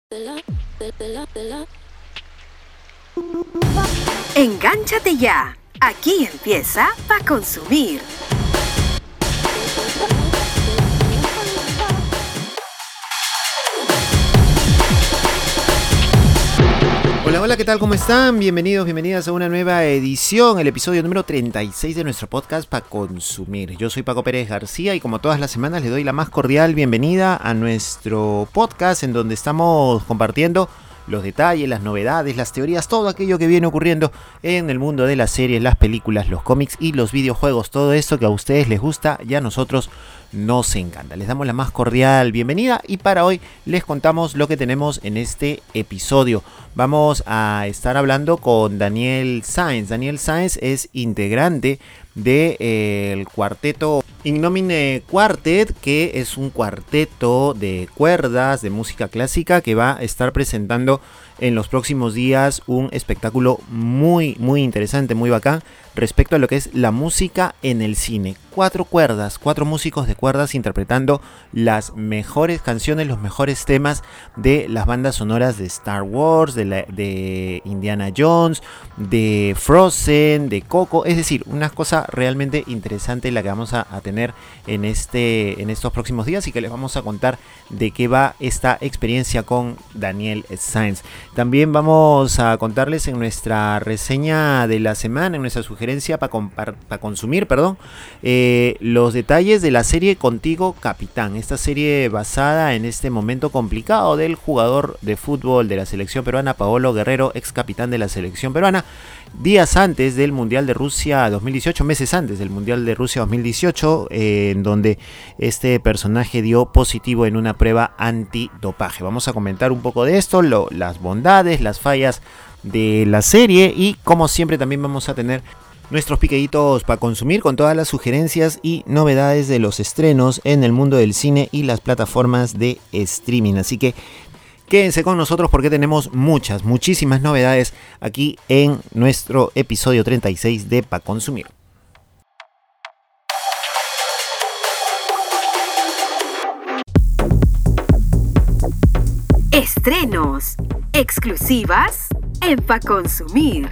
Engánchate ya. Aquí empieza Pa' Consumir. Hola, hola, ¿qué tal? ¿Cómo están? Bienvenidos, bienvenidas a una nueva edición, el episodio número 36 de nuestro podcast Pa' Consumir. Yo soy Paco Pérez García y como todas las semanas les doy la más cordial bienvenida a nuestro podcast en donde estamos compartiendo los detalles, las novedades, las teorías, todo aquello que viene ocurriendo en el mundo de las series, las películas, los cómics y los videojuegos. Todo esto que a ustedes les gusta y a nosotros nos encanta. Les damos la más cordial bienvenida y para hoy les contamos lo que tenemos en este episodio. Vamos a estar hablando con Daniel Sáenz. Daniel Sáenz es integrante del cuarteto In Nomine Quartet, que es un cuarteto de cuerdas de música clásica que va a estar presentando en los próximos días un espectáculo muy interesante, muy bacán respecto a lo que es la música en el cine. 4 cuerdas, 4 músicos de cuerdas interpretando las mejores canciones, los mejores temas de las bandas sonoras de Star Wars, de Indiana Jones, de Frozen, de Coco. Es decir, una cosa realmente interesante la que vamos a tener en estos próximos días y que les vamos a contar de qué va esta experiencia con Daniel Sáenz. También vamos a contarles en nuestra reseña de la semana, en nuestra sugerencia para consumir, los detalles de la serie Contigo Capitán. Esta serie basada en este momento complicado del jugador de fútbol de la selección peruana, Paolo Guerrero, ex capitán de la selección peruana, días antes del Mundial de Rusia 2018, meses antes del Mundial de Rusia 2018, en donde este personaje dio positivo en una prueba antidopaje. Vamos a comentar un poco de esto, las bondades, las fallas de la serie y como siempre también vamos a tener nuestros piqueditos para consumir con todas las sugerencias y novedades de los estrenos en el mundo del cine y las plataformas de streaming. Así que quédense con nosotros porque tenemos muchísimas novedades aquí en nuestro episodio 36 de Pa' Consumir. Estrenos, exclusivas en Pa' Consumir.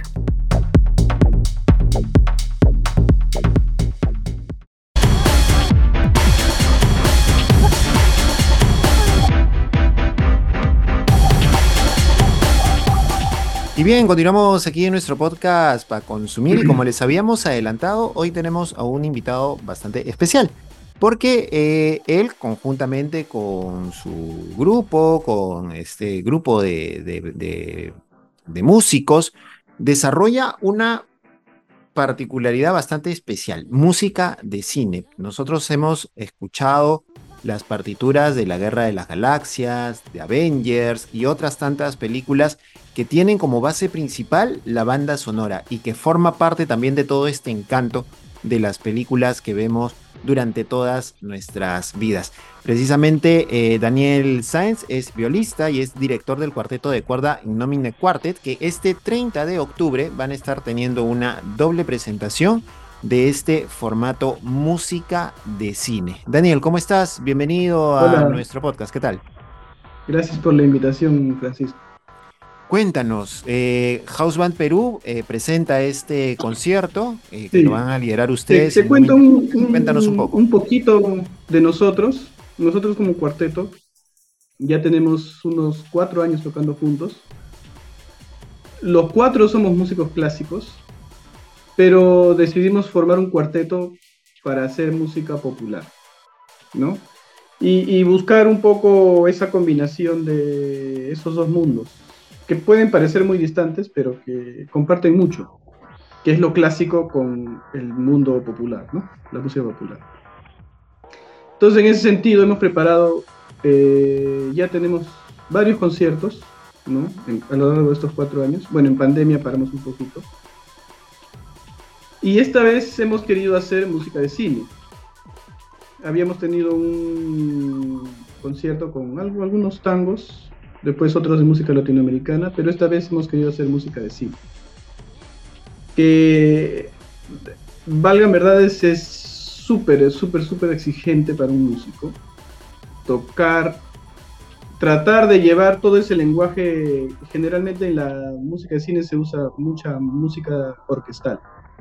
Y bien, continuamos aquí en nuestro podcast para consumir y como les habíamos adelantado, hoy tenemos a un invitado bastante especial porque él conjuntamente con su grupo, con este grupo de músicos, desarrolla una particularidad bastante especial, música de cine. Nosotros hemos escuchado las partituras de la Guerra de las Galaxias, de Avengers y otras tantas películas que tienen como base principal la banda sonora y que forma parte también de todo este encanto de las películas que vemos durante todas nuestras vidas. Precisamente Daniel Sáenz es violista y es director del cuarteto de cuerda In Nomine Quartet, que este 30 de octubre van a estar teniendo una doble presentación de este formato música de cine. Daniel, ¿cómo estás? Bienvenido a Hola, nuestro podcast. ¿Qué tal? gracias por la invitación, Francisco. Cuéntanos, House Band Perú presenta este concierto que Sí, lo van a liderar te, ustedes. te cuento Cuéntanos un poco. un poquito de nosotros. Nosotros como cuarteto ya tenemos unos 4 años tocando juntos. Los 4 somos músicos clásicos, pero decidimos formar un cuarteto para hacer música popular, ¿no? Y buscar un poco esa combinación de esos dos mundos, que pueden parecer muy distantes, pero que comparten mucho, que es lo clásico con el mundo popular, ¿no? La música popular. Entonces, en ese sentido, hemos preparado, ya tenemos varios conciertos, ¿no? A lo largo de estos 4 años. Bueno, en pandemia paramos un poquito. Y esta vez hemos querido hacer música de cine. Habíamos tenido un concierto con algunos tangos, después otros de música latinoamericana, pero esta vez hemos querido hacer música de cine. Que, valgan verdades, es súper exigente para un músico tocar tratar de llevar todo ese lenguaje. Generalmente en la música de cine se usa mucha música orquestal.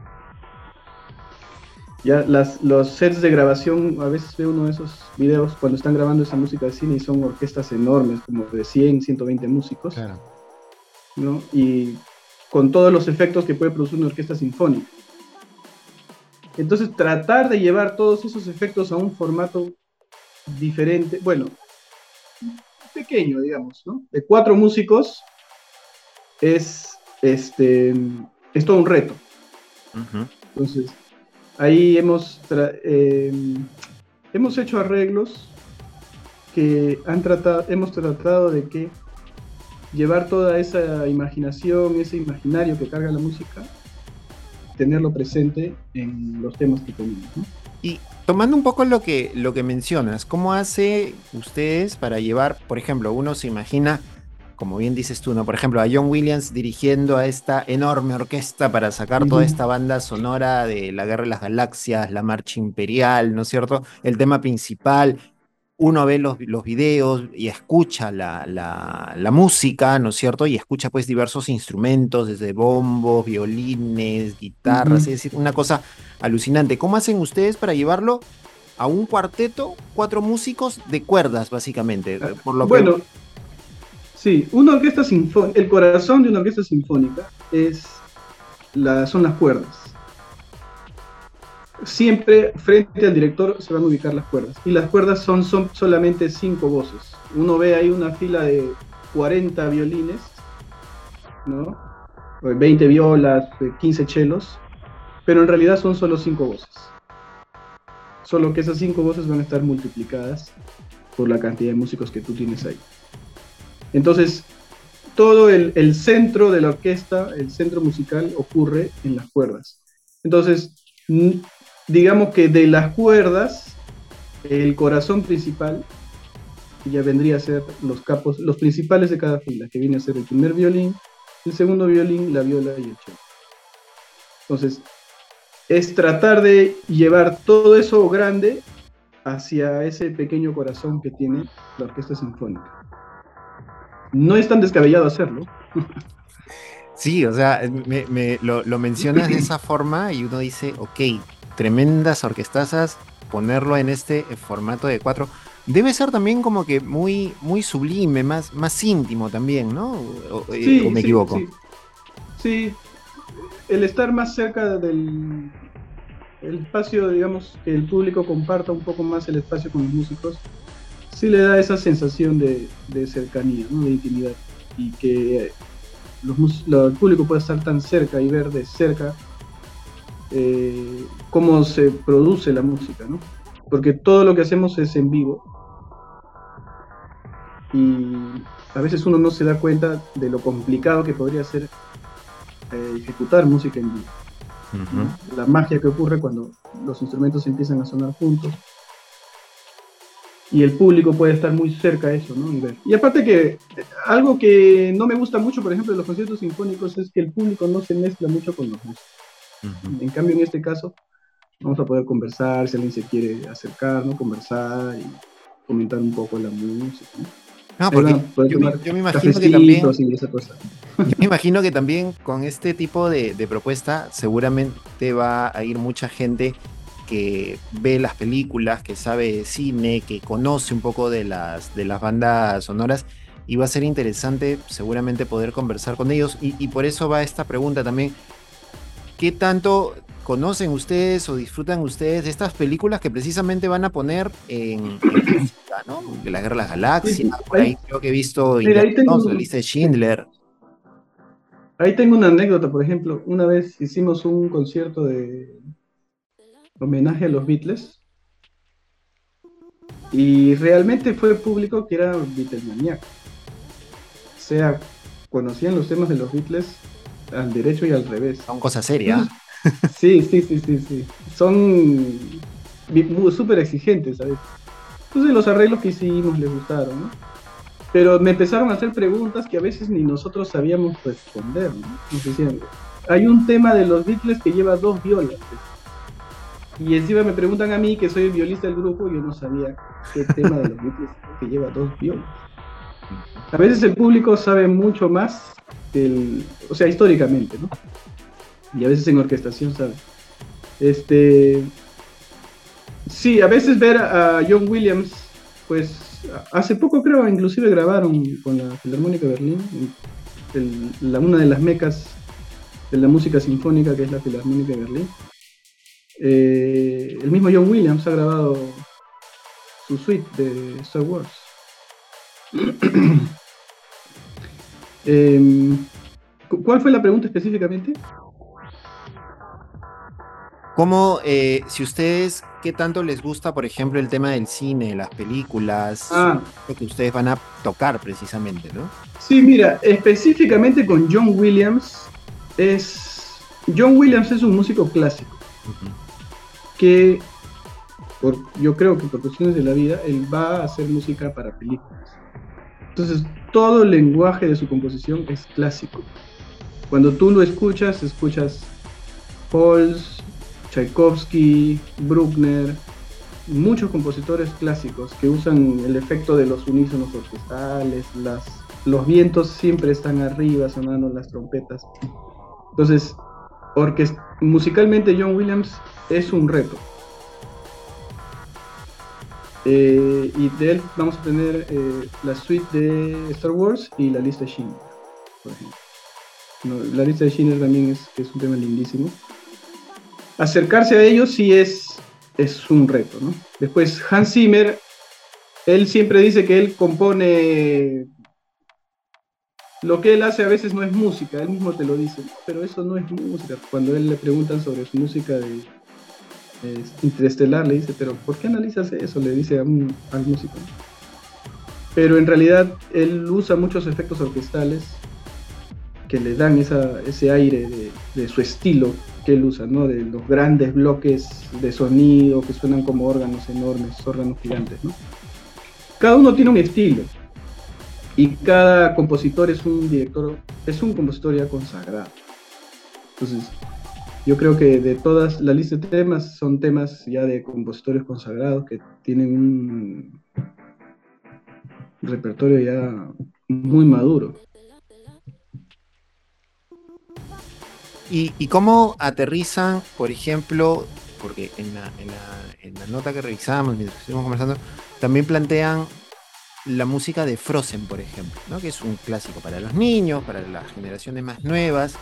Ya los sets de grabación, a veces ve uno de esos videos cuando están grabando esa música de cine y son orquestas enormes, como de 100, 120 músicos, Claro. ¿no? Y con todos los efectos que puede producir una orquesta sinfónica. Entonces, tratar de llevar todos esos efectos a un formato diferente, bueno, pequeño, digamos, ¿no? De 4 músicos es todo un reto. Ujú. Entonces, ahí hemos hecho arreglos que hemos tratado de que llevar toda esa imaginación, ese imaginario que carga la música, tenerlo presente en los temas que tenemos, ¿no? Y tomando un poco lo que mencionas, ¿cómo hace ustedes para llevar, por ejemplo, uno se imagina, como bien dices tú, ¿no? Por ejemplo, a John Williams dirigiendo a esta enorme orquesta para sacar toda esta banda sonora de La Guerra de las Galaxias, la Marcha Imperial, ¿no es cierto? El tema principal. Uno ve los videos y escucha la música, ¿no es cierto? Y escucha pues diversos instrumentos, desde bombos, violines, guitarras, es decir, una cosa alucinante. ¿Cómo hacen ustedes para llevarlo a un cuarteto, 4 músicos de cuerdas, básicamente? Por lo Bueno, sí, una orquesta sinfónica, el corazón de una orquesta sinfónica son las cuerdas. Siempre frente al director se van a ubicar las cuerdas. Y las cuerdas son solamente 5 voces. Uno ve ahí una fila de 40 violines, ¿no? 20 violas, 15 chelos, pero en realidad son solo 5 voces. Solo que esas 5 voces van a estar multiplicadas por la cantidad de músicos que tú tienes ahí. Entonces, todo el centro de la orquesta, el centro musical, ocurre en las cuerdas. Entonces, digamos que de las cuerdas, el corazón principal ya vendría a ser los capos, los principales de cada fila, que viene a ser el primer violín, el segundo violín, la viola y el cello. Entonces, es tratar de llevar todo eso grande hacia ese pequeño corazón que tiene la orquesta sinfónica. No es tan descabellado hacerlo. Sí, o sea, lo mencionas de esa forma y uno dice, ok, tremendas orquestazas, ponerlo en este formato de 4. Debe ser también como que muy, muy sublime, más íntimo también, ¿no? ¿O me equivoco? Sí, el estar más cerca del espacio, digamos, que el público comparta un poco más el espacio con los músicos, sí le da esa sensación de cercanía, ¿no? De intimidad, y que el público pueda estar tan cerca y ver de cerca cómo se produce la música, ¿no? Porque todo lo que hacemos es en vivo y a veces uno no se da cuenta de lo complicado que podría ser ejecutar música en vivo. Uh-huh. La magia que ocurre cuando los instrumentos empiezan a sonar juntos y el público puede estar muy cerca de eso, ¿no? Y aparte que algo que no me gusta mucho, por ejemplo, de los conciertos sinfónicos es que el público no se mezcla mucho con los músicos. Uh-huh. En cambio, en este caso, vamos a poder conversar, si alguien se quiere acercar, ¿no? Conversar y comentar un poco la música, ¿no? No, porque yo me imagino que también, yo me imagino que también con este tipo de propuesta seguramente va a ir mucha gente que ve las películas, que sabe de cine, que conoce un poco de las bandas sonoras, y va a ser interesante seguramente poder conversar con ellos, y por eso va esta pregunta también: ¿qué tanto conocen ustedes o disfrutan ustedes de estas películas que precisamente van a poner en música, ¿no? De La Guerra de las Galaxias, sí, por ahí creo que he visto la lista de Schindler. Ahí tengo una anécdota, por ejemplo, una vez hicimos un concierto de homenaje a los Beatles y realmente fue público que era Beatlesmaníaco. O sea, conocían los temas de los Beatles al derecho y al revés. Son cosas serias. Sí. Son súper exigentes, ¿sabes? Entonces los arreglos que hicimos les gustaron, ¿no? Pero me empezaron a hacer preguntas que a veces ni nosotros sabíamos responder, ¿no? Nos decían, hay un tema de los Beatles que lleva 2 violas. Y encima me preguntan a mí, que soy el violista del grupo, y yo no sabía qué tema de los Beatles que lleva 2 violas. A veces el público sabe mucho más o sea, históricamente, ¿no? Y a veces en orquestación sabe. Sí, a veces ver a John Williams, pues hace poco creo, inclusive grabaron con la Filarmónica de Berlín, una de las mecas de la música sinfónica, que es la Filarmónica de Berlín. El mismo John Williams ha grabado su suite de Star Wars. ¿Cuál fue la pregunta específicamente? ¿Cómo, si ustedes, qué tanto les gusta, por ejemplo, el tema del cine, las películas, lo que ustedes van a tocar precisamente, ¿no? Sí, mira, específicamente con John Williams es un músico clásico, que yo creo que por cuestiones de la vida, él va a hacer música para películas. Entonces, todo el lenguaje de su composición es clásico. Cuando tú lo escuchas Holst, Tchaikovsky, Bruckner, muchos compositores clásicos que usan el efecto de los unísonos orquestales, los vientos siempre están arriba sonando las trompetas. Entonces, musicalmente John Williams es un reto. Y de él vamos a tener la suite de Star Wars y la lista de Schindler, por ejemplo. No, la lista de Schindler también es un tema lindísimo. Acercarse a ellos sí es un reto, ¿no? Después Hans Zimmer, él siempre dice que él compone, lo que él hace a veces no es música, él mismo te lo dice, pero eso no es música. Cuando él le preguntan sobre su música de Interestelar, le dice, pero ¿por qué analizas eso? Le dice al músico. Pero en realidad él usa muchos efectos orquestales que le dan ese aire de su estilo que él usa, ¿no? De los grandes bloques de sonido que suenan como órganos enormes, órganos gigantes, ¿no? Cada uno tiene un estilo y cada compositor es un compositor ya consagrado. Entonces, yo creo que de todas la lista de temas son temas ya de compositores consagrados que tienen un repertorio ya muy maduro. ¿Y cómo aterrizan, por ejemplo, porque en la nota que revisamos mientras estuvimos conversando, también plantean la música de Frozen, por ejemplo, ¿no? Que es un clásico para los niños, para las generaciones más nuevas.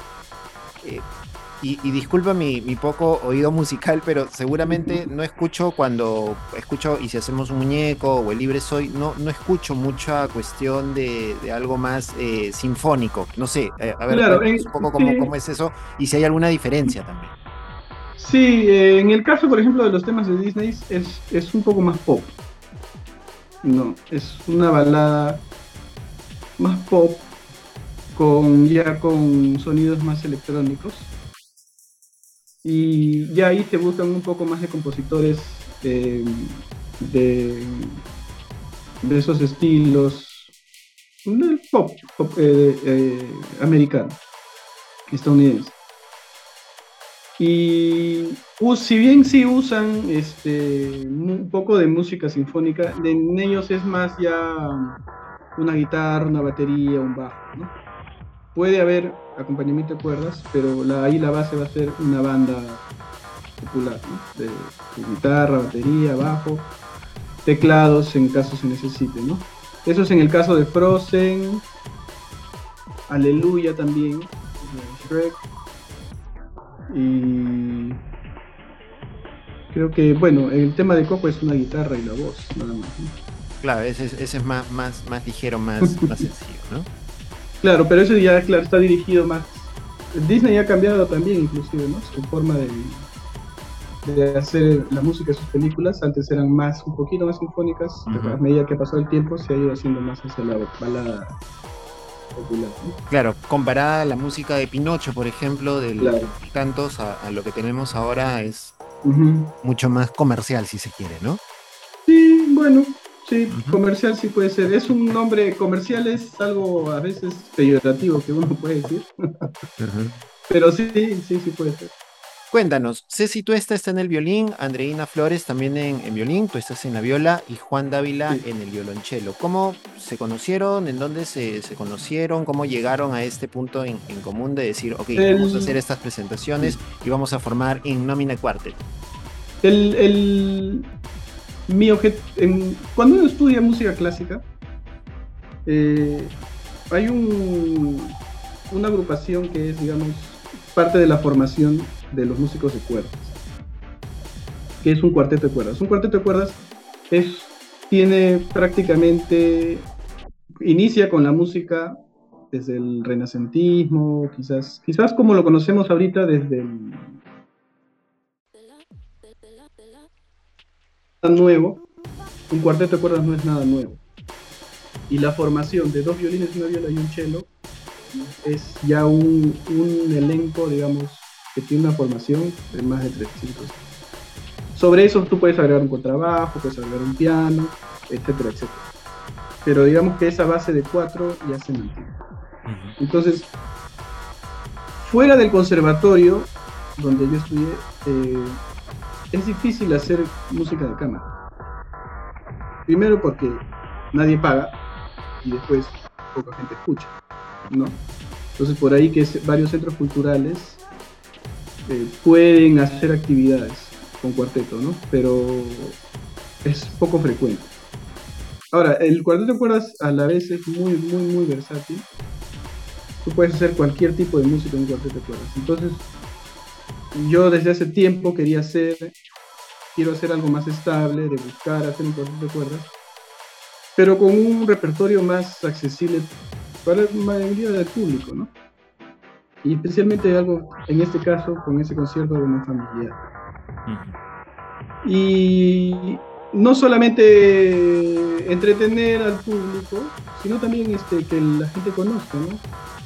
Y disculpa mi poco oído musical, pero seguramente no escucho cuando escucho Y si hacemos un muñeco o El libre soy, no escucho mucha cuestión de algo más sinfónico. No sé, a ver, claro, un poco cómo es eso y si hay alguna diferencia también. Sí, en el caso, por ejemplo, de los temas de Disney es un poco más pop. No, es una balada más pop con sonidos más electrónicos. Y ya ahí te buscan un poco más de compositores de esos estilos del pop americano, estadounidense. Y si bien sí usan un poco de música sinfónica, en ellos es más ya una guitarra, una batería, un bajo, ¿no? Puede haber acompañamiento de cuerdas, pero ahí la base va a ser una banda popular, ¿no? De guitarra, batería, bajo, teclados en caso se necesite, ¿no? Eso es en el caso de Frozen, Aleluya también, Shrek, y creo que, bueno, el tema de Coco es una guitarra y la voz, nada más, ¿no? Claro, ese es más ligero, más sencillo, ¿no? Claro, pero eso ya, claro, está dirigido más. Disney ha cambiado también, inclusive, ¿no? Su forma de hacer la música de sus películas. Antes eran un poquito más sinfónicas, pero a medida que pasó el tiempo se ha ido haciendo más hacia la balada popular, ¿no? Claro, comparada a la música de Pinocho, por ejemplo, de Cantos, a lo que tenemos ahora es mucho más comercial, si se quiere, ¿no? Sí, bueno. Sí, comercial sí puede ser. Es un nombre comercial, es algo a veces peyorativo que uno puede decir. Pero sí puede ser. Cuéntanos, Ceci Tuesta está en el violín, Andreina Flores también en violín, tú estás en la viola y Juan Dávila Sí. en el violonchelo. ¿Cómo se conocieron? ¿En dónde se conocieron? ¿Cómo llegaron a este punto en común de decir, ok, vamos a hacer El, estas presentaciones y vamos a formar In Nomine Quartet? el, el- cuando uno estudia música clásica, eh, hay una agrupación que es, digamos, parte de la formación de los músicos de cuerdas, que es un cuarteto de cuerdas. Un cuarteto de cuerdas es, tiene prácticamente, inicia con la música desde el renacentismo, quizás como lo conocemos ahorita desde el nuevo. Un cuarteto de cuerdas no es nada nuevo. Y la formación de dos violines, una viola y un cello es ya un elenco, digamos, que tiene una formación de más de 300. Sobre eso tú puedes agregar un contrabajo, puedes agregar un piano, etcétera, etcétera. Pero digamos que esa base de cuatro ya se mantiene. Entonces, fuera del conservatorio donde yo estudié, es difícil hacer música de cámara. Primero porque nadie paga y después poca gente escucha, ¿no? Entonces por ahí que varios centros culturales pueden hacer actividades con cuarteto, ¿no? Pero es poco frecuente. Ahora, el cuarteto de cuerdas a la vez es muy, muy, muy versátil. Tú puedes hacer cualquier tipo de música en un cuarteto de cuerdas. Entonces, yo desde hace tiempo quiero hacer algo más estable, de buscar hacer un cuarteto de cuerdas, pero con un repertorio más accesible para la mayoría del público, ¿no? Y especialmente algo, en este caso, con ese concierto de una familiar. Y no solamente entretener al público, sino también que la gente conozca, ¿no?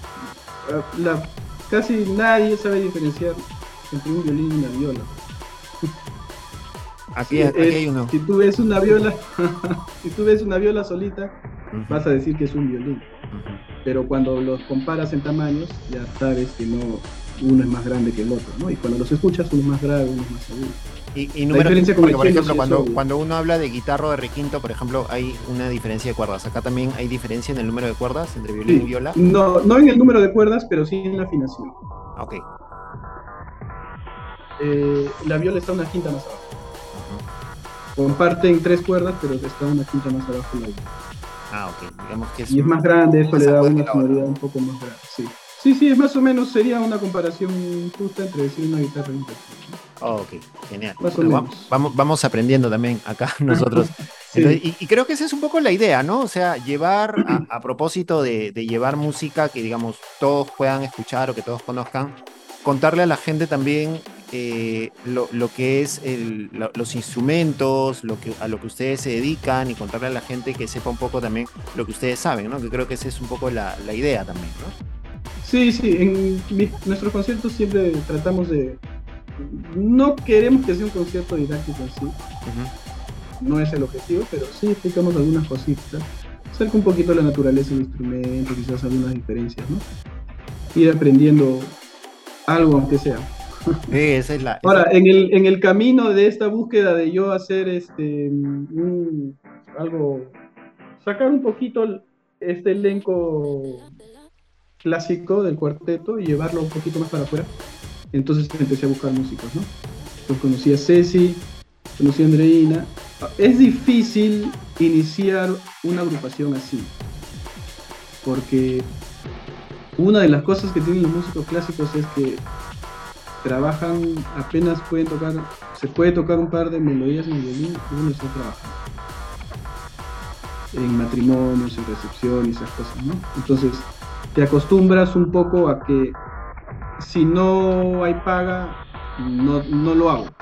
Casi nadie sabe diferenciar entre un violín y una viola. Aquí hay uno. Si tú ves una viola, si tú ves una viola solita, vas a decir que es un violín. Pero cuando los comparas en tamaños, ya sabes que uno es más grande que el otro, ¿no? Y cuando los escuchas, uno es más grave, uno es más agudo. Y número, porque, por ejemplo, cuando uno habla de guitarra o de requinto, por ejemplo, hay una diferencia de cuerdas. Acá también hay diferencia en el número de cuerdas entre violín y viola. No en el número de cuerdas, pero sí en la afinación. Ok. La viola está una quinta más abajo. Comparten 3 cuerdas, pero está una quinta más abajo la viola. Ok. Digamos que y es más grande, eso le da una sonoridad un poco más grande. Sí, es más o menos, sería una comparación justa entre decir una guitarra y un teclado. Ok, genial. Vamos aprendiendo también acá nosotros. Sí. Entonces, y creo que esa es un poco la idea, ¿no? O sea, llevar, a propósito de llevar música que, digamos, todos puedan escuchar o que todos conozcan, contarle a la gente también lo que es los instrumentos, a lo que ustedes se dedican y contarle a la gente que sepa un poco también lo que ustedes saben, ¿no? Que creo que esa es un poco la idea también, ¿no? Sí, en nuestros conciertos siempre tratamos de... No queremos que sea un concierto didáctico en sí, no es el objetivo, pero sí explicamos algunas cositas, acerca un poquito de la naturaleza del instrumento, quizás algunas diferencias, ¿no? Ir aprendiendo algo aunque sea. Esa es Ahora, en el camino de esta búsqueda de yo hacer sacar un poquito este elenco clásico del cuarteto y llevarlo un poquito más para afuera, entonces empecé a buscar músicos, ¿no? Entonces conocí a Ceci, conocí a Andreina. Es difícil iniciar una agrupación así, porque una de las cosas que tienen los músicos clásicos es que trabajan, apenas se puede tocar un par de melodías en el violín y uno está trabajando en matrimonios, en recepción y esas cosas, ¿no? Entonces te acostumbras un poco a que si no hay paga, no lo hago.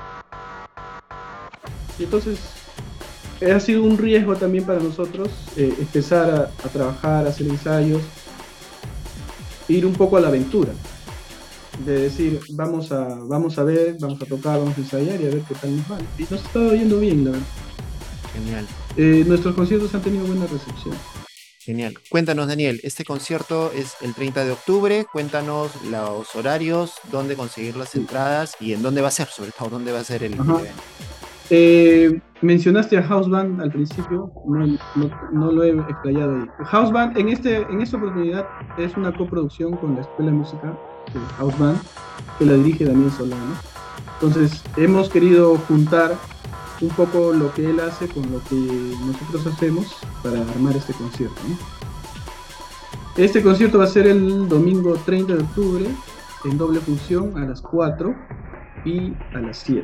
Y entonces ha sido un riesgo también para nosotros empezar a trabajar, a hacer ensayos, ir un poco a la aventura, de decir, vamos a ver, vamos a tocar, vamos a ensayar y a ver qué tal nos va. Y nos está yendo bien, la verdad. Genial. Nuestros conciertos han tenido buena recepción. Genial. Cuéntanos, Daniel, este concierto es el 30 de octubre. Cuéntanos los horarios, dónde conseguir las entradas y en dónde va a ser, sobre todo, dónde va a ser el evento. Mencionaste a House Band al principio, no lo he explayado ahí. House Band en esta oportunidad es una coproducción con la Escuela de Música de House Band, que la dirige Daniel Solano. Entonces hemos querido juntar un poco lo que él hace con lo que nosotros hacemos para armar este concierto, ¿no? Este concierto va a ser el domingo 30 de octubre en doble función a las 4 y a las 7.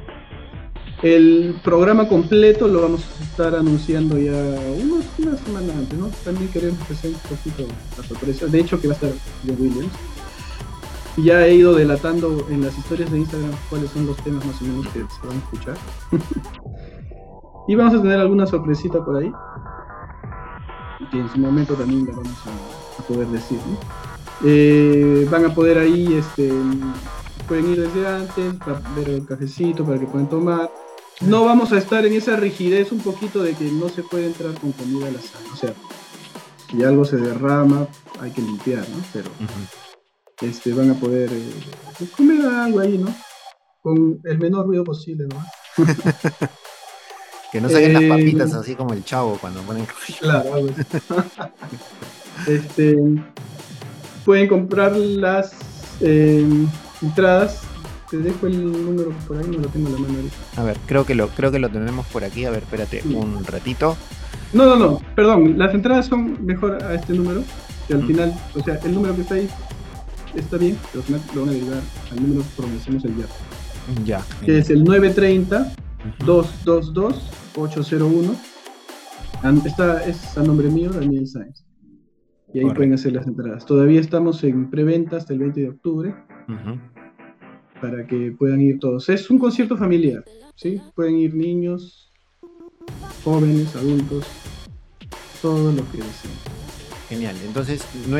El programa completo lo vamos a estar anunciando ya una semana antes, ¿no? También queremos hacer un poquito la sorpresa. De hecho, que va a estar John Williams. Y ya he ido delatando en las historias de Instagram cuáles son los temas más o menos que se van a escuchar. Y vamos a tener alguna sorpresita por ahí, que en su momento también la vamos a poder decir, ¿no? Van a poder ahí, pueden ir desde antes, para ver el cafecito, para que puedan tomar. No vamos a estar en esa rigidez un poquito de que no se puede entrar con comida a la sala. O sea, si algo se derrama, hay que limpiar, ¿no? Pero van a poder comer algo ahí, ¿no? Con el menor ruido posible, ¿no? Que no saquen las papitas así como el Chavo cuando ponen... Claro, algo así. Pueden comprar las entradas. Te dejo el número por ahí, no lo tengo en la mano ahorita. A ver, creo que lo tenemos por aquí. A ver, espérate un ratito. No, perdón. Las entradas son mejor a este número, que al final, o sea, el número que está ahí está bien, pero al final lo van a derivar al número por donde hacemos el ya. Que es el 930-222-801. Es a nombre mío, Daniel Sáenz. Y ahí pueden hacer las entradas. Todavía estamos en preventa hasta el 20 de octubre. Para que puedan ir todos. Es un concierto familiar, ¿sí? Pueden ir niños, jóvenes, adultos, todo lo que deseen. Genial. Entonces,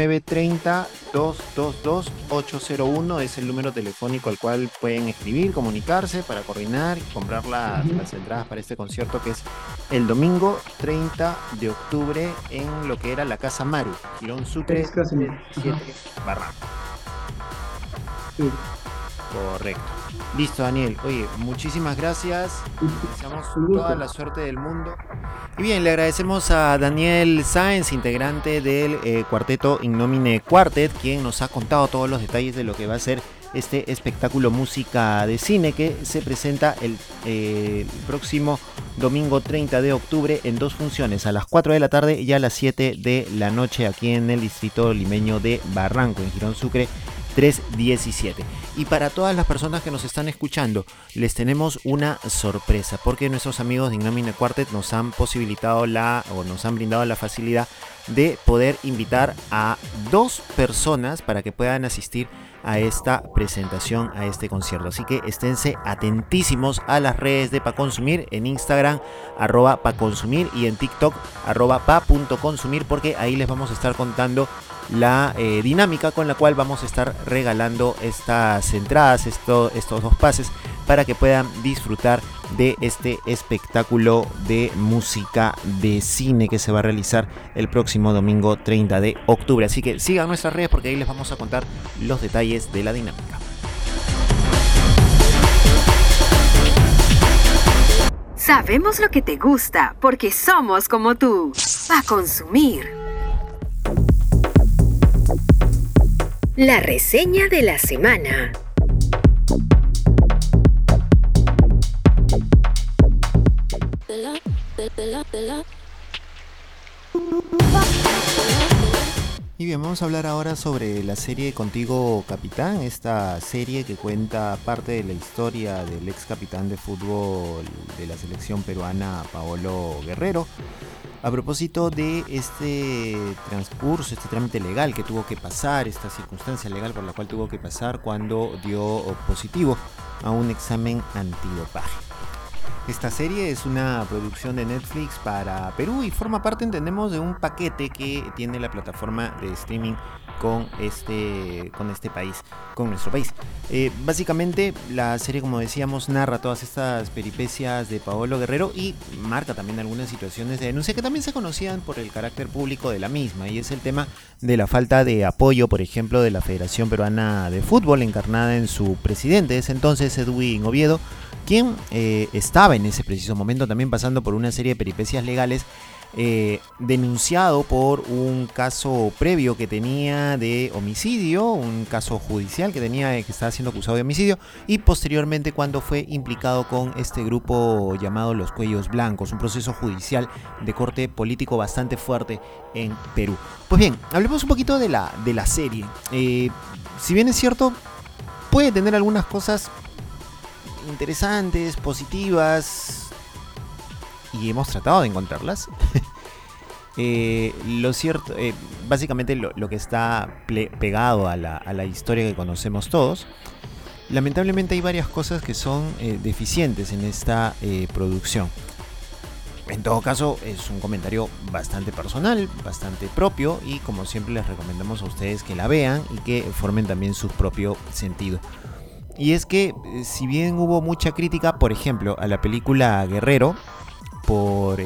930-222-801 es el número telefónico al cual pueden escribir, comunicarse para coordinar y comprar las entradas para este concierto, que es el domingo 30 de octubre en lo que era la Casa Maru, Girón Sucre 7 Barranco. Sí. Correcto. Listo, Daniel. Oye, muchísimas gracias. Deseamos toda la suerte del mundo. Y bien, le agradecemos a Daniel Sáenz, integrante del cuarteto In Nomine Quartet, quien nos ha contado todos los detalles de lo que va a ser este espectáculo música de cine que se presenta el próximo domingo 30 de octubre en dos funciones, a las 4 de la tarde y a las 7 de la noche aquí en el distrito limeño de Barranco, en Girón Sucre 317. Y para todas las personas que nos están escuchando, les tenemos una sorpresa, porque nuestros amigos de In Nomine Quartet nos han posibilitado nos han brindado la facilidad de poder invitar a 2 personas para que puedan asistir a esta presentación, a este concierto. Así que esténse atentísimos a las redes de Pa Consumir, en Instagram @paconsumir y en TikTok @pa.consumir, porque ahí les vamos a estar contando la dinámica con la cual vamos a estar regalando estas entradas, estos 2 pases, para que puedan disfrutar de este espectáculo de música de cine que se va a realizar el próximo domingo 30 de octubre. Así que sigan nuestras redes, porque ahí les vamos a contar los detalles de la dinámica. Sabemos lo que te gusta, porque somos como tú. Pa Consumir. La reseña de la semana. Y bien, vamos a hablar ahora sobre la serie Contigo Capitán, esta serie que cuenta parte de la historia del ex capitán de fútbol de la selección peruana, Paolo Guerrero, a propósito de este transcurso, este trámite legal que tuvo que pasar, esta circunstancia legal por la cual tuvo que pasar cuando dio positivo a un examen antidopaje. Esta serie es una producción de Netflix para Perú y forma parte, entendemos, de un paquete que tiene la plataforma de streaming con este país, con nuestro país. Básicamente la serie, como decíamos, narra todas estas peripecias de Paolo Guerrero y marca también algunas situaciones de denuncia que también se conocían por el carácter público de la misma, y es el tema de la falta de apoyo, por ejemplo, de la Federación Peruana de Fútbol, encarnada en su presidente de ese entonces, Edwin Oviedo, quien estaba en ese preciso momento también pasando por una serie de peripecias legales, denunciado por un caso previo que tenía de homicidio, un caso judicial que estaba siendo acusado de homicidio, y posteriormente cuando fue implicado con este grupo llamado Los Cuellos Blancos, un proceso judicial de corte político bastante fuerte en Perú. Pues bien, hablemos un poquito de la serie. Si bien es cierto, puede tener algunas cosas interesantes, positivas, y hemos tratado de encontrarlas. Lo cierto, básicamente lo que está pegado a la historia que conocemos todos, lamentablemente hay varias cosas que son deficientes en esta producción. En todo caso, es un comentario bastante personal, bastante propio, y como siempre les recomendamos a ustedes que la vean y que formen también su propio sentido. Y es que, si bien hubo mucha crítica, por ejemplo, a la película Guerrero, por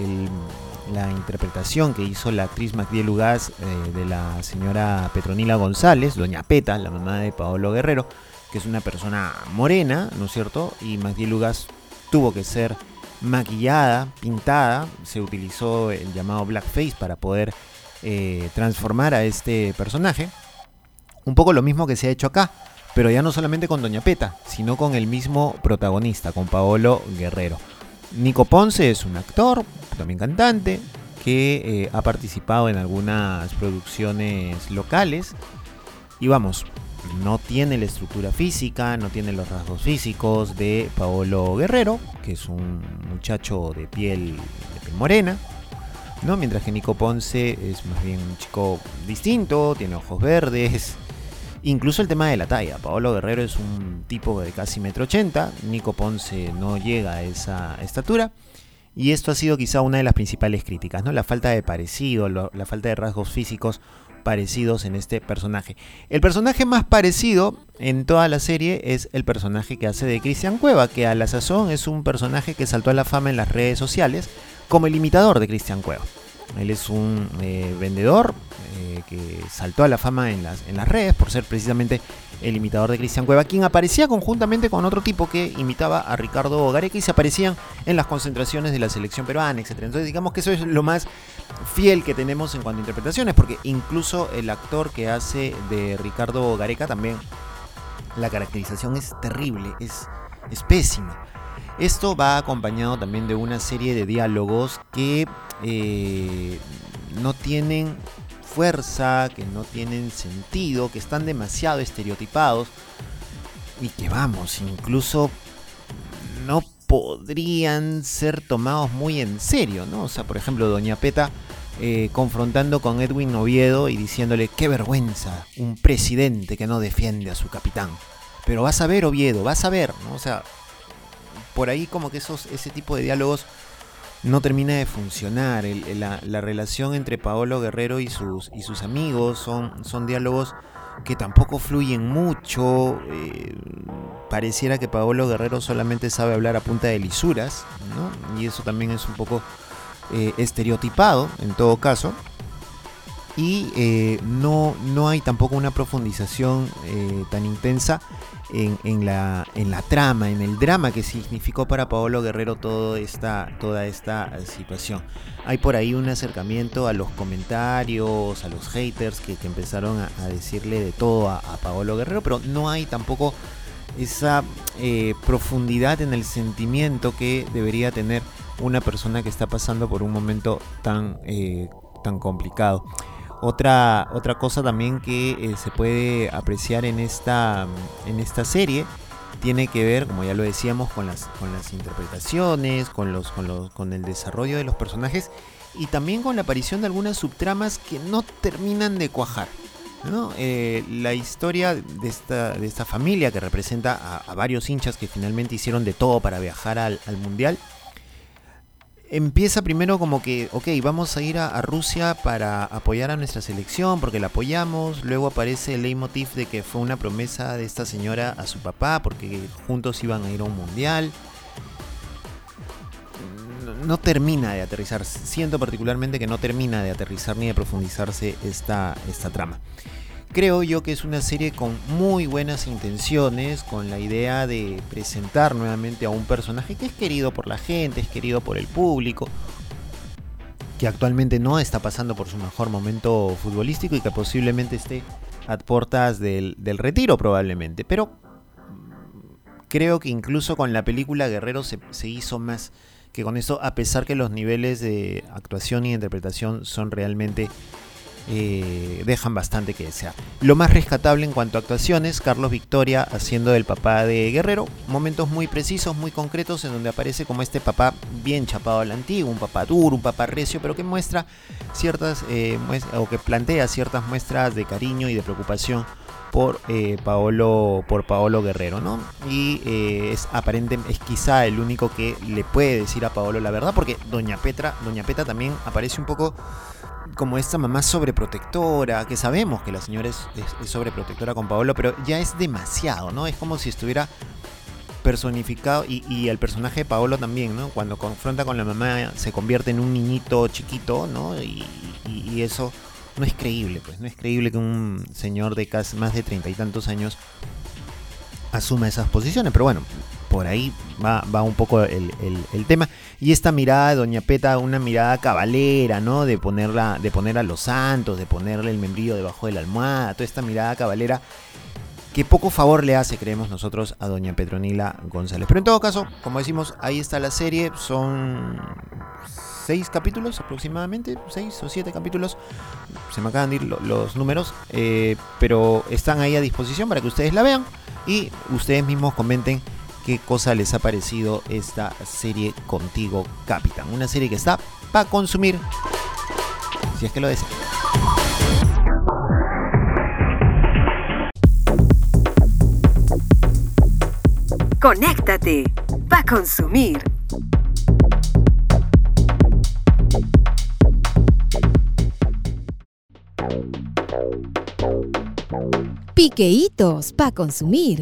la interpretación que hizo la actriz Magdiel Ugaz de la señora Petronila González, doña Peta, la mamá de Paolo Guerrero, que es una persona morena, ¿no es cierto? Y Magdiel Ugaz tuvo que ser maquillada, pintada, se utilizó el llamado blackface para poder transformar a este personaje. Un poco lo mismo que se ha hecho acá, pero ya no solamente con doña Peta, sino con el mismo protagonista, con Paolo Guerrero. Nico Ponce es un actor, también cantante, que ha participado en algunas producciones locales, y vamos, no tiene la estructura física, no tiene los rasgos físicos de Paolo Guerrero, que es un muchacho de piel morena, ¿no? Mientras que Nico Ponce es más bien un chico distinto, tiene ojos verdes. Incluso el tema de la talla, Paolo Guerrero es un tipo de casi 1,80 m, Nico Ponce no llega a esa estatura, y esto ha sido quizá una de las principales críticas, ¿no? La falta de parecido, la falta de rasgos físicos parecidos en este personaje. El personaje más parecido en toda la serie es el personaje que hace de Cristian Cueva, que a la sazón es un personaje que saltó a la fama en las redes sociales como el imitador de Cristian Cueva. Él es un vendedor que saltó a la fama en las redes por ser precisamente el imitador de Cristian Cueva, quien aparecía conjuntamente con otro tipo que imitaba a Ricardo Gareca y se aparecían en las concentraciones de la selección peruana, etc. Entonces digamos que eso es lo más fiel que tenemos en cuanto a interpretaciones, porque incluso el actor que hace de Ricardo Gareca también, la caracterización es terrible, es pésima. Esto va acompañado también de una serie de diálogos que no tienen fuerza, que no tienen sentido, que están demasiado estereotipados y que, vamos, incluso no podrían ser tomados muy en serio, ¿no? O sea, por ejemplo, doña Peta confrontando con Edwin Oviedo y diciéndole: qué vergüenza, un presidente que no defiende a su capitán. Pero vas a ver, Oviedo, vas a ver, ¿no? O sea, por ahí como que ese tipo de diálogos no termina de funcionar. La relación entre Paolo Guerrero y sus amigos son diálogos que tampoco fluyen mucho. Pareciera que Paolo Guerrero solamente sabe hablar a punta de lisuras, ¿no? Y eso también es un poco estereotipado en todo caso. Y no hay tampoco una profundización tan intensa en la trama, en el drama que significó para Paolo Guerrero toda esta situación. Hay por ahí un acercamiento a los comentarios, a los haters que empezaron a decirle de todo a Paolo Guerrero, pero no hay tampoco esa profundidad en el sentimiento que debería tener una persona que está pasando por un momento tan complicado. Otra cosa también que se puede apreciar en esta serie tiene que ver, como ya lo decíamos, con las interpretaciones, con el desarrollo de los personajes y también con la aparición de algunas subtramas que no terminan de cuajar, ¿no? La historia de esta familia que representa a varios hinchas que finalmente hicieron de todo para viajar al Mundial, empieza primero como que, ok, vamos a ir a Rusia para apoyar a nuestra selección porque la apoyamos. Luego aparece el leitmotiv de que fue una promesa de esta señora a su papá porque juntos iban a ir a un mundial. No termina de aterrizar, siento particularmente que no termina de aterrizar ni de profundizarse esta trama. Creo yo que es una serie con muy buenas intenciones, con la idea de presentar nuevamente a un personaje que es querido por la gente, es querido por el público, que actualmente no está pasando por su mejor momento futbolístico y que posiblemente esté a puertas del retiro probablemente. Pero creo que incluso con la película Guerrero se hizo más que con esto, a pesar que los niveles de actuación y de interpretación son realmente... dejan bastante que desear. Lo más rescatable en cuanto a actuaciones, Carlos Victoria haciendo del papá de Guerrero, momentos muy precisos, muy concretos en donde aparece como este papá bien chapado a la antigua, un papá duro, un papá recio, pero que muestra ciertas o que plantea ciertas muestras de cariño y de preocupación por Paolo Guerrero, ¿no? Y es quizá el único que le puede decir a Paolo la verdad, porque Doña Peta también aparece un poco como esta mamá sobreprotectora, que sabemos que la señora es sobreprotectora con Paolo, pero ya es demasiado, ¿no? Es como si estuviera personificado, y el personaje de Paolo también, ¿no? Cuando confronta con la mamá se convierte en un niñito chiquito, ¿no? Y eso no es creíble, pues no es creíble que un señor de casi más de 30 y tantos años asuma esas posiciones, pero bueno, por ahí va un poco el tema. Y esta mirada de Doña Peta, una mirada cabalera, ¿no? De poner a los santos, de ponerle el membrillo debajo de la almohada, toda esta mirada cabalera que poco favor le hace, creemos nosotros, a Doña Petronila González. Pero en todo caso, como decimos, ahí está la serie, son 6 capítulos aproximadamente, 6 o 7 capítulos, se me acaban de ir los números, pero están ahí a disposición para que ustedes la vean y ustedes mismos comenten qué cosa les ha parecido esta serie Contigo, Capitán. Una serie que está para consumir, si es que lo desean. Conéctate para consumir. Piqueitos para consumir.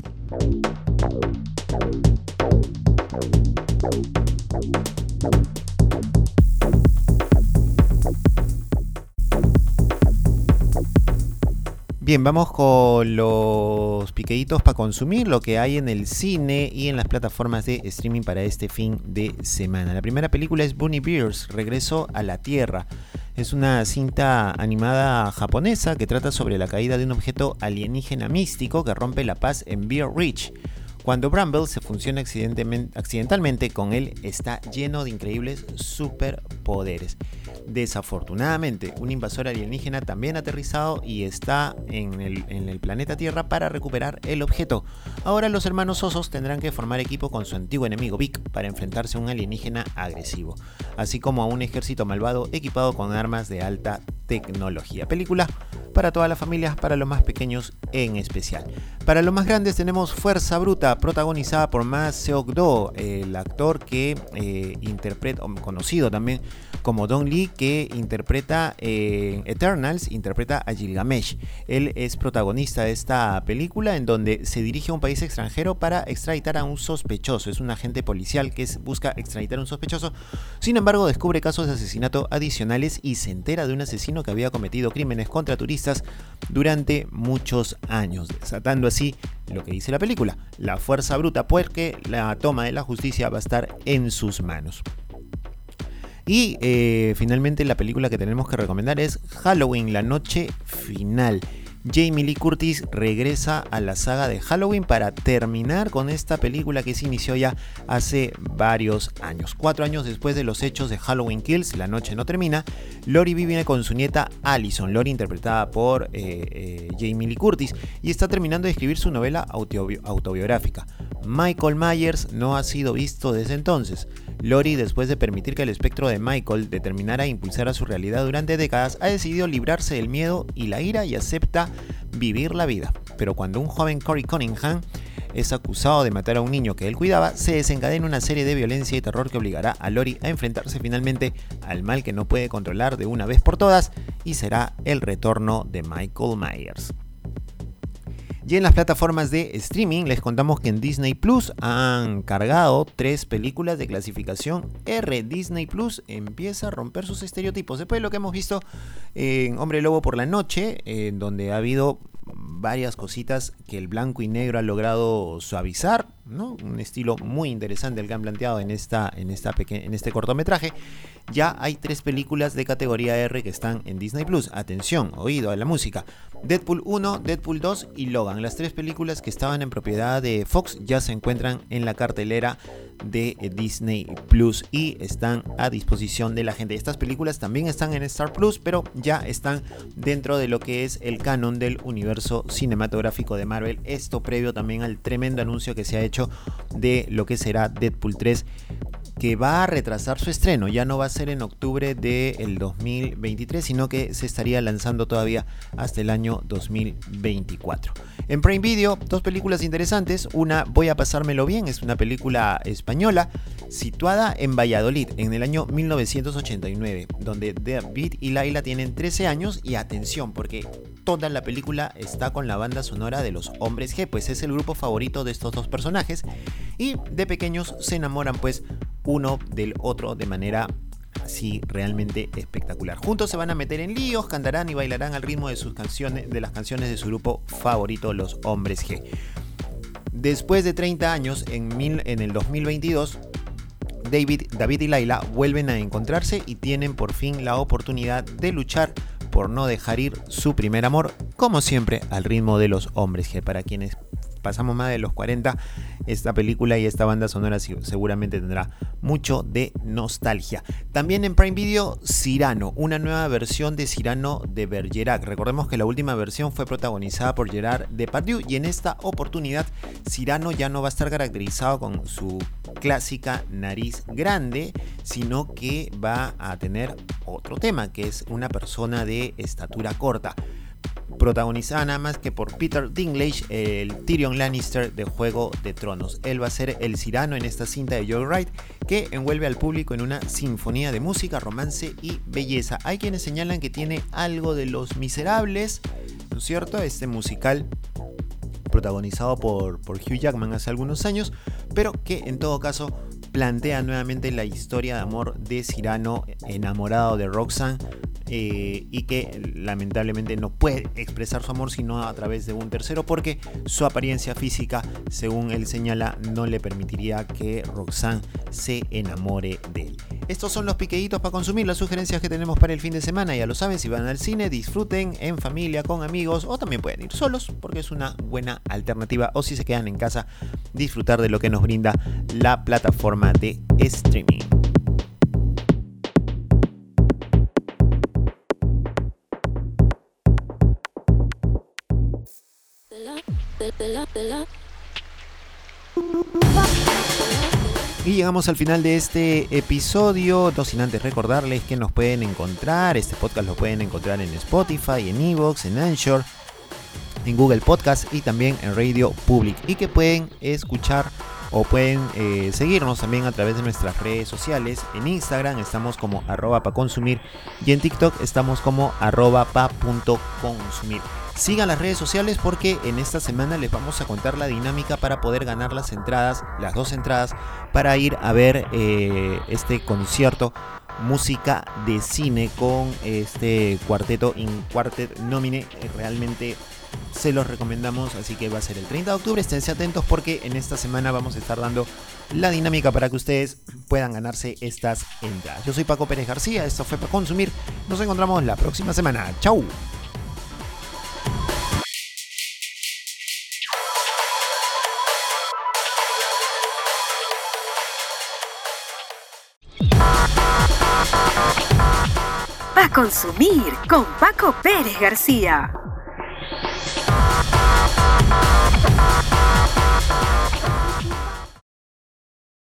Bien, vamos con los piqueitos para consumir, lo que hay en el cine y en las plataformas de streaming para este fin de semana. La primera película es Bunny Bears, Regreso a la Tierra. Es una cinta animada japonesa que trata sobre la caída de un objeto alienígena místico que rompe la paz en Bear Ridge. Cuando Bramble se fusiona accidentalmente con él, está lleno de increíbles superpoderes. Desafortunadamente, un invasor alienígena también ha aterrizado y está en el planeta Tierra para recuperar el objeto. Ahora los hermanos osos tendrán que formar equipo con su antiguo enemigo Vic para enfrentarse a un alienígena agresivo, así como a un ejército malvado equipado con armas de alta tecnología. Película para todas las familias, para los más pequeños en especial. Para los más grandes tenemos Fuerza Bruta, protagonizada por Ma Seok-do, el actor que interpreta, conocido también como Don Lee, que interpreta Eternals, interpreta a Gilgamesh. Él es protagonista de esta película en donde se dirige a un país extranjero para extraditar a un sospechoso. Es un agente policial que busca extraditar a un sospechoso. Sin embargo, descubre casos de asesinato adicionales y se entera de un asesino que había cometido crímenes contra turistas durante muchos años, desatando así lo que dice la película, la fuerza bruta, porque la toma de la justicia va a estar en sus manos. Y finalmente la película que tenemos que recomendar es Halloween, la noche final. Jamie Lee Curtis regresa a la saga de Halloween para terminar con esta película que se inició ya hace varios años. 4 años después de los hechos de Halloween Kills, La noche no termina, Lori vive con su nieta Allison, Lori interpretada por Jamie Lee Curtis, y está terminando de escribir su novela autobiográfica. Michael Myers no ha sido visto desde entonces. Lori, después de permitir que el espectro de Michael determinara e impulsara su realidad durante décadas, ha decidido librarse del miedo y la ira y acepta vivir la vida. Pero cuando un joven Corey Cunningham es acusado de matar a un niño que él cuidaba, se desencadena una serie de violencia y terror que obligará a Laurie a enfrentarse finalmente al mal que no puede controlar de una vez por todas, y será el retorno de Michael Myers. Y en las plataformas de streaming les contamos que en Disney Plus han cargado 3 películas de clasificación R. Disney Plus empieza a romper sus estereotipos. Después de lo que hemos visto en Hombre Lobo por la Noche, donde ha habido varias cositas que el blanco y negro ha logrado suavizar, ¿no? Un estilo muy interesante el que han planteado en este cortometraje. Ya hay 3 películas de categoría R que están en Disney Plus. Atención, oído a la música. Deadpool 1, Deadpool 2 y Logan. Las 3 películas que estaban en propiedad de Fox ya se encuentran en la cartelera de Disney Plus y están a disposición de la gente. Estas películas también están en Star Plus, pero ya están dentro de lo que es el canon del universo cinematográfico de Marvel. Esto previo también al tremendo anuncio que se ha hecho de lo que será Deadpool 3, que va a retrasar su estreno. Ya no va a ser en octubre del 2023, sino que se estaría lanzando todavía hasta el año 2024. En Prime Video, 2 películas interesantes. Una, Voy a pasármelo bien, es una película española situada en Valladolid en el año 1989, donde David y Laila tienen 13 años y atención, porque toda la película está con la banda sonora de los Hombres G, pues es el grupo favorito de estos 2 personajes y de pequeños se enamoran pues uno del otro de manera así realmente espectacular. Juntos se van a meter en líos, cantarán y bailarán al ritmo de sus canciones, de las canciones de su grupo favorito, los Hombres G. Después de 30 años, en el 2022, David y Laila vuelven a encontrarse y tienen por fin la oportunidad de luchar por no dejar ir su primer amor, como siempre al ritmo de los Hombres G. Para quienes pasamos más de los 40, esta película y esta banda sonora seguramente tendrá mucho de nostalgia. También en Prime Video, Cyrano, una nueva versión de Cyrano de Bergerac. Recordemos que la última versión fue protagonizada por Gerard Depardieu y en esta oportunidad Cyrano ya no va a estar caracterizado con su clásica nariz grande, sino que va a tener otro tema, que es una persona de estatura corta, protagonizada nada más que por Peter Dinklage, el Tyrion Lannister de Juego de Tronos. Él va a ser el Cyrano en esta cinta de Joe Wright, que envuelve al público en una sinfonía de música, romance y belleza. Hay quienes señalan que tiene algo de Los Miserables, ¿no es cierto? Este musical protagonizado por Hugh Jackman hace algunos años, pero que en todo caso plantea nuevamente la historia de amor de Cyrano, enamorado de Roxanne, y que lamentablemente no puede expresar su amor sino a través de un tercero, porque su apariencia física, según él señala, no le permitiría que Roxanne se enamore de él. Estos son los piqueditos para consumir, las sugerencias que tenemos para el fin de semana. Ya lo saben, si van al cine, disfruten en familia, con amigos, o también pueden ir solos, porque es una buena alternativa, o si se quedan en casa, disfrutar de lo que nos brinda la plataforma de streaming. Y llegamos al final de este episodio, no sin antes recordarles que nos pueden encontrar, este podcast lo pueden encontrar en Spotify, en Evox, en Anchor, en Google Podcast y también en Radio Public, y que pueden escuchar o pueden seguirnos también a través de nuestras redes sociales. En Instagram estamos como @paconsumir y en TikTok estamos como @pa.consumir. Sigan las redes sociales porque en esta semana les vamos a contar la dinámica para poder ganar las entradas, las 2 entradas para ir a ver este concierto música de cine con este cuarteto in quartet nomine. Realmente se los recomendamos, así que va a ser el 30 de octubre. Esténse atentos porque en esta semana vamos a estar dando la dinámica para que ustedes puedan ganarse estas entradas. Yo soy Paco Pérez García, esto fue para consumir. Nos encontramos la próxima semana. ¡Chau! Pa' consumir con Paco Pérez García.